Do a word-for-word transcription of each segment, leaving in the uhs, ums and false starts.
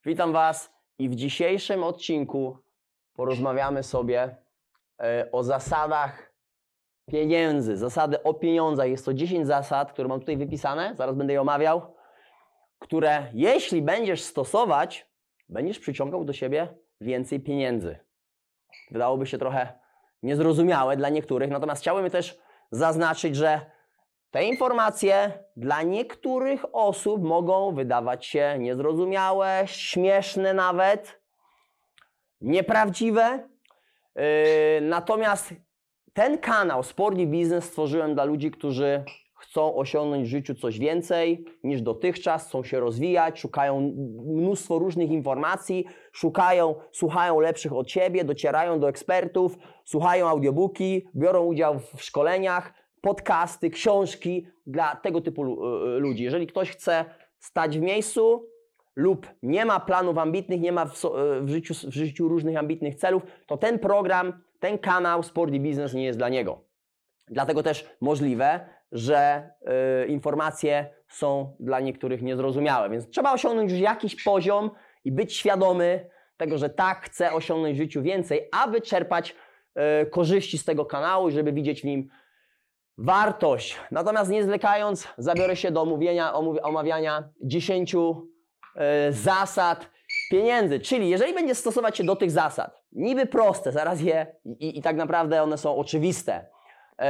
Witam Was i w dzisiejszym odcinku porozmawiamy sobie e, o zasadach pieniędzy, zasady o pieniądzach. Jest to dziesięć zasad, które mam tutaj wypisane, zaraz będę je omawiał, które jeśli będziesz stosować, będziesz przyciągał do siebie więcej pieniędzy. Wydałoby się trochę niezrozumiałe dla niektórych, natomiast chciałbym też zaznaczyć, że te informacje dla niektórych osób mogą wydawać się niezrozumiałe, śmieszne nawet, nieprawdziwe. Yy, natomiast ten kanał Sport i Biznes stworzyłem dla ludzi, którzy chcą osiągnąć w życiu coś więcej niż dotychczas, chcą się rozwijać, szukają mnóstwo różnych informacji, szukają, słuchają lepszych od siebie, docierają do ekspertów, słuchają audiobooki, biorą udział w szkoleniach, podcasty, książki dla tego typu ludzi. Jeżeli ktoś chce stać w miejscu lub nie ma planów ambitnych, nie ma w, w, życiu, w życiu różnych ambitnych celów, to ten program, ten kanał Sport i Biznes nie jest dla niego. Dlatego też możliwe, że y, informacje są dla niektórych niezrozumiałe. Więc trzeba osiągnąć już jakiś poziom i być świadomy tego, że tak, chcę osiągnąć w życiu więcej, aby czerpać y, korzyści z tego kanału i żeby widzieć w nim wartość. Natomiast nie zwlekając, zabiorę się do omówienia, omawiania dziesięciu y, zasad pieniędzy. Czyli jeżeli będziesz stosować się do tych zasad, niby proste, zaraz je i, i tak naprawdę one są oczywiste, y,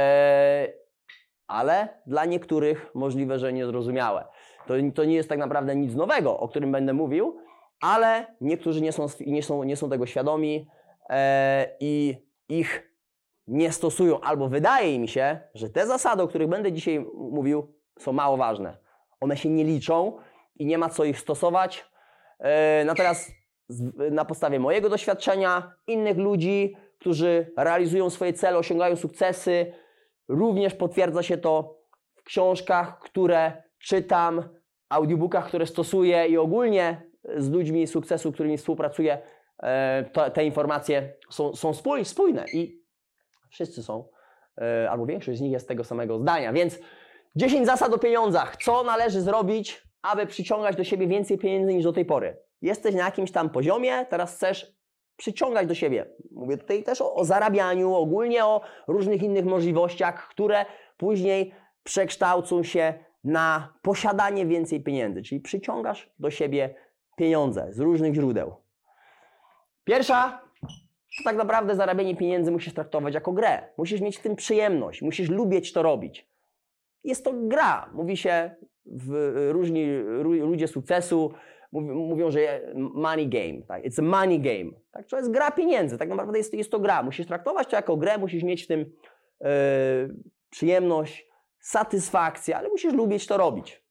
ale dla niektórych możliwe, że niezrozumiałe. To, to nie jest tak naprawdę nic nowego, o którym będę mówił, ale niektórzy nie są, nie są, nie są tego świadomi e, i ich nie stosują, albo wydaje mi się, że te zasady, o których będę dzisiaj mówił, są mało ważne. One się nie liczą i nie ma co ich stosować. E, natomiast na podstawie mojego doświadczenia, innych ludzi, którzy realizują swoje cele, osiągają sukcesy, również potwierdza się to w książkach, które czytam, audiobookach, które stosuję i ogólnie z ludźmi sukcesu, którymi współpracuję, to, te informacje są, są spójne i wszyscy są, albo większość z nich jest tego samego zdania. Więc dziesięć zasad o pieniądzach. Co należy zrobić, aby przyciągać do siebie więcej pieniędzy niż do tej pory? Jesteś na jakimś tam poziomie, teraz chcesz przyciągać do siebie. Mówię tutaj też o, o zarabianiu, ogólnie o różnych innych możliwościach, które później przekształcą się na posiadanie więcej pieniędzy. Czyli przyciągasz do siebie pieniądze z różnych źródeł. Pierwsza, to tak naprawdę zarabianie pieniędzy musisz traktować jako grę. Musisz mieć w tym przyjemność, musisz lubić to robić. Jest to gra. Mówi się, w, różni ludzie sukcesu mówią, że money game, tak? It's a money game. Tak? To jest gra pieniędzy, tak naprawdę jest, jest to gra. Musisz traktować to jako grę, musisz mieć w tym yy, przyjemność, satysfakcję, ale musisz lubić to robić.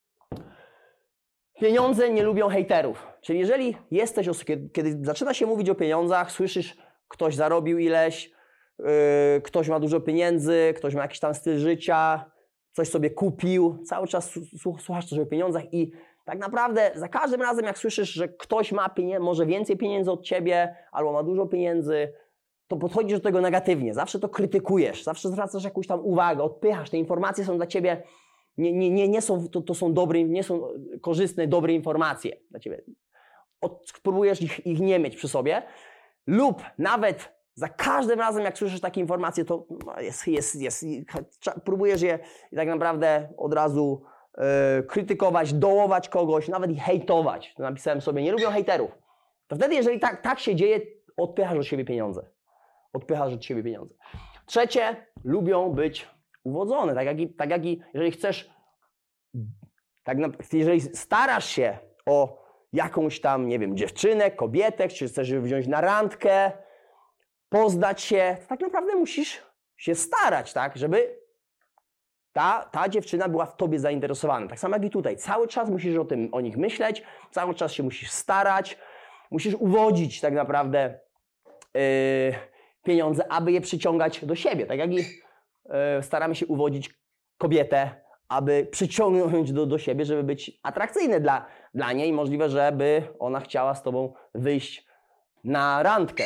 Pieniądze nie lubią hejterów. Czyli jeżeli jesteś, kiedy, kiedy zaczyna się mówić o pieniądzach, słyszysz, ktoś zarobił ileś, yy, ktoś ma dużo pieniędzy, ktoś ma jakiś tam styl życia, coś sobie kupił, cały czas słuchasz coś o pieniądzach i tak naprawdę za każdym razem, jak słyszysz, że ktoś ma pieniądze, może więcej pieniędzy od ciebie, albo ma dużo pieniędzy, to podchodzisz do tego negatywnie. Zawsze to krytykujesz, zawsze zwracasz jakąś tam uwagę, odpychasz. Te informacje są dla ciebie, nie, nie, nie, nie są, to, to są dobre, nie są korzystne, dobre informacje dla ciebie. Od, próbujesz ich, ich nie mieć przy sobie lub nawet za każdym razem, jak słyszysz takie informacje, to jest, jest, jest, próbujesz je i tak naprawdę od razu Yy, krytykować, dołować kogoś, nawet i hejtować. To napisałem sobie, nie lubią hejterów. To wtedy, jeżeli tak, tak się dzieje, odpychasz od siebie pieniądze. Odpychasz od siebie pieniądze. Trzecie, lubią być uwodzone. Tak jak i, tak jak i jeżeli chcesz, tak na, jeżeli starasz się o jakąś tam, nie wiem, dziewczynę, kobietę, czy chcesz ją wziąć na randkę, poznać się, to tak naprawdę musisz się starać, tak, żeby Ta, ta dziewczyna była w tobie zainteresowana. Tak samo jak i tutaj. Cały czas musisz o tym, o nich myśleć, cały czas się musisz starać, musisz uwodzić tak naprawdę yy, pieniądze, aby je przyciągać do siebie. Tak jak i yy, staramy się uwodzić kobietę, aby przyciągnąć do, do siebie, żeby być atrakcyjny dla, dla niej i możliwe, żeby ona chciała z tobą wyjść na randkę.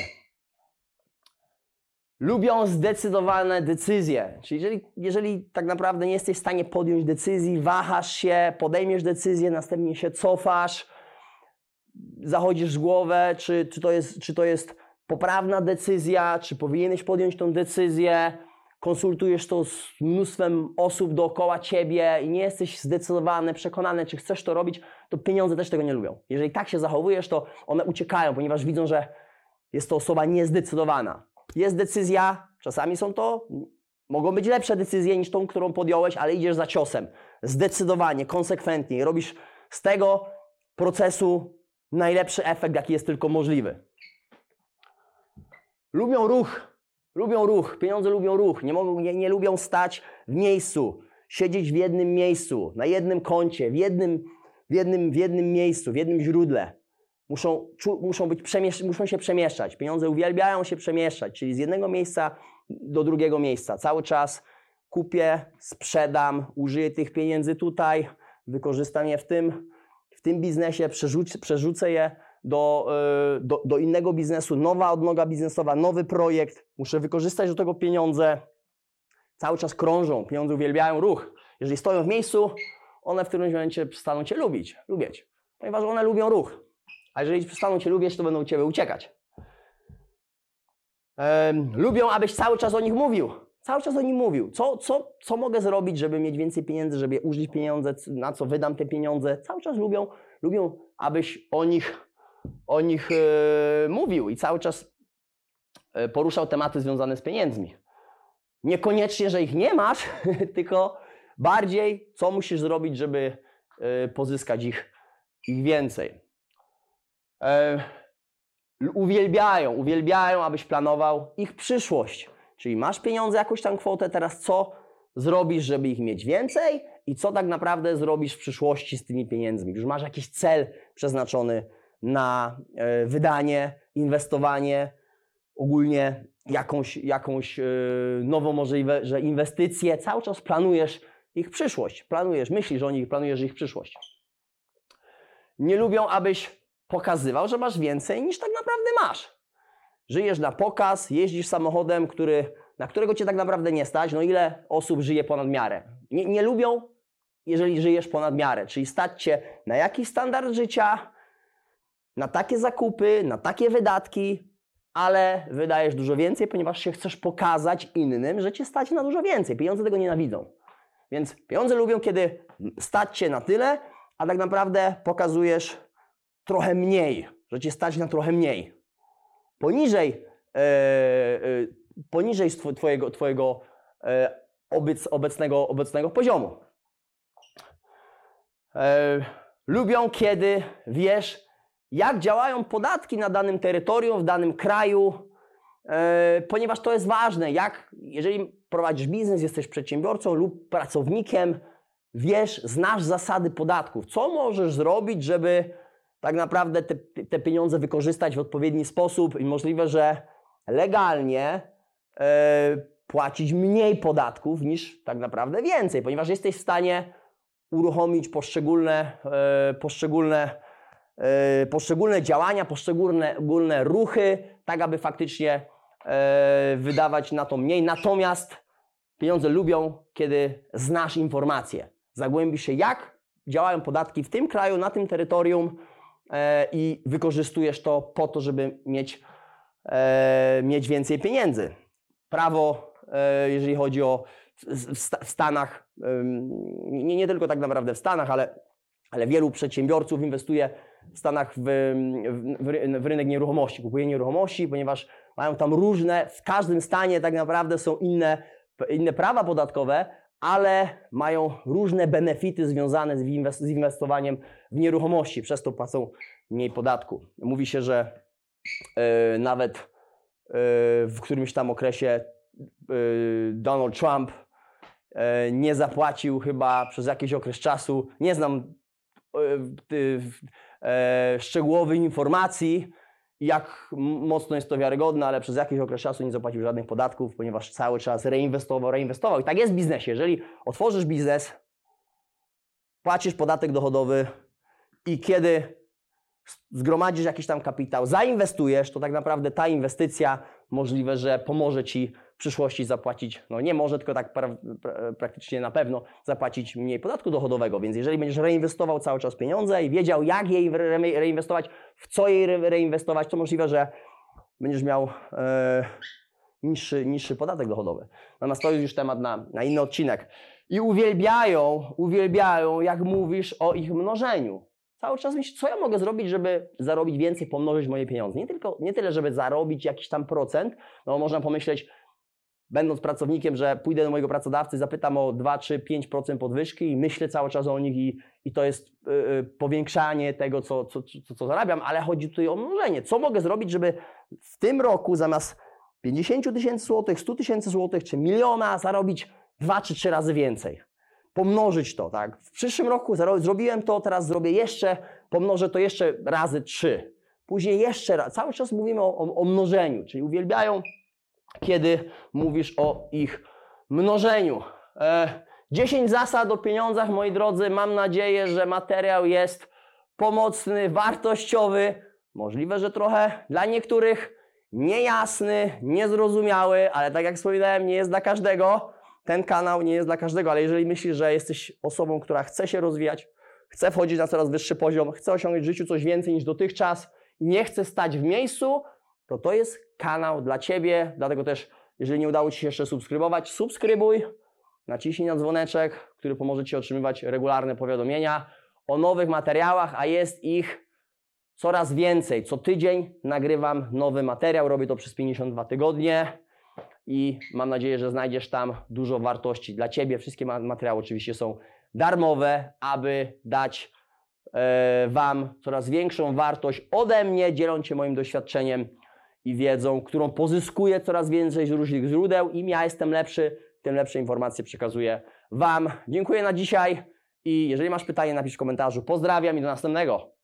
Lubią zdecydowane decyzje. Czyli jeżeli, jeżeli tak naprawdę nie jesteś w stanie podjąć decyzji, wahasz się, podejmiesz decyzję, następnie się cofasz, zachodzisz w głowę, czy, czy, to jest, czy to jest poprawna decyzja, czy powinieneś podjąć tą decyzję, konsultujesz to z mnóstwem osób dookoła ciebie i nie jesteś zdecydowany, przekonany, czy chcesz to robić, to pieniądze też tego nie lubią. Jeżeli tak się zachowujesz, to one uciekają, ponieważ widzą, że jest to osoba niezdecydowana. Jest decyzja, czasami są to, mogą być lepsze decyzje niż tą, którą podjąłeś, ale idziesz za ciosem. Zdecydowanie, konsekwentnie. Robisz z tego procesu najlepszy efekt, jaki jest tylko możliwy. Lubią ruch. Lubią ruch. Pieniądze lubią ruch. Nie, mogą, nie, nie lubią stać w miejscu. Siedzieć w jednym miejscu, na jednym koncie, w jednym, w jednym, w jednym miejscu, w jednym źródle. Muszą, czu, muszą, być przemiesz- muszą się przemieszczać. Pieniądze uwielbiają się przemieszczać, czyli z jednego miejsca do drugiego miejsca. Cały czas kupię, sprzedam, użyję tych pieniędzy tutaj, wykorzystam je w tym, w tym biznesie, przerzuc- przerzucę je do, yy, do, do innego biznesu, nowa odnoga biznesowa, nowy projekt. Muszę wykorzystać do tego pieniądze. Cały czas krążą. Pieniądze uwielbiają ruch. Jeżeli stoją w miejscu, one w którymś momencie przestaną Cię lubić, lubić, ponieważ one lubią ruch. A jeżeli przestaną Cię lubić, to będą u Ciebie uciekać. Um, lubią, abyś cały czas o nich mówił. Cały czas o nich mówił. Co, co, co mogę zrobić, żeby mieć więcej pieniędzy, żeby użyć pieniądze, na co wydam te pieniądze. Cały czas lubią, lubią abyś o nich, o nich e, mówił i cały czas e, poruszał tematy związane z pieniędzmi. Niekoniecznie, że ich nie masz, tylko bardziej, co musisz zrobić, żeby e, pozyskać ich, ich więcej. E, uwielbiają, uwielbiają, abyś planował ich przyszłość. Czyli masz pieniądze, jakąś tam kwotę, teraz co zrobisz, żeby ich mieć więcej i co tak naprawdę zrobisz w przyszłości z tymi pieniędzmi. Już masz jakiś cel przeznaczony na e, wydanie, inwestowanie, ogólnie jakąś, jakąś e, nową możliwe, że inwestycje. Cały czas planujesz ich przyszłość, planujesz, myślisz o nich, planujesz ich przyszłość. Nie lubią, abyś pokazywał, że masz więcej niż tak naprawdę masz. Żyjesz na pokaz, jeździsz samochodem, który, na którego Cię tak naprawdę nie stać. No ile osób żyje ponad miarę? Nie, nie lubią, jeżeli żyjesz ponad miarę. Czyli stać Cię na jakiś standard życia, na takie zakupy, na takie wydatki, ale wydajesz dużo więcej, ponieważ się chcesz pokazać innym, że Cię stać na dużo więcej. Pieniądze tego nienawidzą. Więc pieniądze lubią, kiedy stać Cię na tyle, a tak naprawdę pokazujesz trochę mniej, że Cię stać na trochę mniej. Poniżej, e, e, poniżej Twojego, twojego e, obec, obecnego, obecnego poziomu. E, lubią, kiedy wiesz, jak działają podatki na danym terytorium, w danym kraju, e, ponieważ to jest ważne. Jak, jeżeli prowadzisz biznes, jesteś przedsiębiorcą lub pracownikiem, wiesz, znasz zasady podatków. Co możesz zrobić, żeby tak naprawdę te, te pieniądze wykorzystać w odpowiedni sposób i możliwe, że legalnie e, płacić mniej podatków niż tak naprawdę więcej, ponieważ jesteś w stanie uruchomić poszczególne, e, poszczególne, e, poszczególne działania, poszczególne, poszczególne ruchy, tak aby faktycznie e, wydawać na to mniej. Natomiast pieniądze lubią, kiedy znasz informacje. Zagłębisz się, jak działają podatki w tym kraju, na tym terytorium, i wykorzystujesz to po to, żeby mieć, e, mieć więcej pieniędzy. Prawo, e, jeżeli chodzi o w, w Stanach, e, nie, nie tylko tak naprawdę w Stanach, ale, ale wielu przedsiębiorców inwestuje w Stanach w, w, w rynek nieruchomości, kupuje nieruchomości, ponieważ mają tam różne, w każdym stanie tak naprawdę są inne, inne prawa podatkowe, ale mają różne benefity związane z, inwest- z inwestowaniem w nieruchomości, przez to płacą mniej podatku. Mówi się, że yy, nawet yy, w którymś tam okresie yy, Donald Trump yy, nie zapłacił chyba przez jakiś okres czasu, nie znam yy, yy, szczegółowych informacji, jak mocno jest to wiarygodne, ale przez jakiś okres czasu nie zapłacił żadnych podatków, ponieważ cały czas reinwestował, reinwestował. I tak jest w biznesie. Jeżeli otworzysz biznes, płacisz podatek dochodowy i kiedy zgromadzisz jakiś tam kapitał, zainwestujesz, to tak naprawdę ta inwestycja możliwe, że pomoże Ci w przyszłości zapłacić, no nie może, tylko tak pra, pra, praktycznie na pewno zapłacić mniej podatku dochodowego, więc jeżeli będziesz reinwestował cały czas pieniądze i wiedział, jak je re, reinwestować, w co je re, reinwestować, to możliwe, że będziesz miał e, niższy, niższy podatek dochodowy. Natomiast to jest już temat na, na inny odcinek. I uwielbiają, uwielbiają, jak mówisz o ich mnożeniu. Cały czas myślisz, co ja mogę zrobić, żeby zarobić więcej, pomnożyć moje pieniądze. Nie, tylko, nie tyle, żeby zarobić jakiś tam procent, no można pomyśleć, będąc pracownikiem, że pójdę do mojego pracodawcy, zapytam o dwa, trzy, pięć procent podwyżki i myślę cały czas o nich i, i to jest yy, powiększanie tego, co, co, co, co zarabiam, ale chodzi tutaj o mnożenie. Co mogę zrobić, żeby w tym roku zamiast pięćdziesiąt tysięcy złotych, sto tysięcy złotych czy miliona zarobić dwa czy trzy razy więcej. Pomnożyć to, tak? W przyszłym roku zrobiłem to, teraz zrobię jeszcze, pomnożę to jeszcze razy trzy. Później jeszcze raz. Cały czas mówimy o, o, o mnożeniu, czyli uwielbiają, kiedy mówisz o ich mnożeniu. E, dziesięć zasad o pieniądzach, moi drodzy. Mam nadzieję, że materiał jest pomocny, wartościowy. Możliwe, że trochę dla niektórych niejasny, niezrozumiały, ale tak jak wspominałem, nie jest dla każdego. Ten kanał nie jest dla każdego, ale jeżeli myślisz, że jesteś osobą, która chce się rozwijać, chce wchodzić na coraz wyższy poziom, chce osiągnąć w życiu coś więcej niż dotychczas i nie chce stać w miejscu, to to jest kanał dla Ciebie. Dlatego też, jeżeli nie udało Ci się jeszcze subskrybować, subskrybuj, naciśnij na dzwoneczek, który pomoże Ci otrzymywać regularne powiadomienia o nowych materiałach, a jest ich coraz więcej. Co tydzień nagrywam nowy materiał, robię to przez pięćdziesiąt dwa tygodnie. I mam nadzieję, że znajdziesz tam dużo wartości dla Ciebie. Wszystkie materiały oczywiście są darmowe, aby dać e, Wam coraz większą wartość ode mnie, dzieląc się moim doświadczeniem i wiedzą, którą pozyskuję coraz więcej z różnych źródeł. Im ja jestem lepszy, tym lepsze informacje przekazuję Wam. Dziękuję na dzisiaj i jeżeli masz pytanie, napisz w komentarzu. Pozdrawiam i do następnego.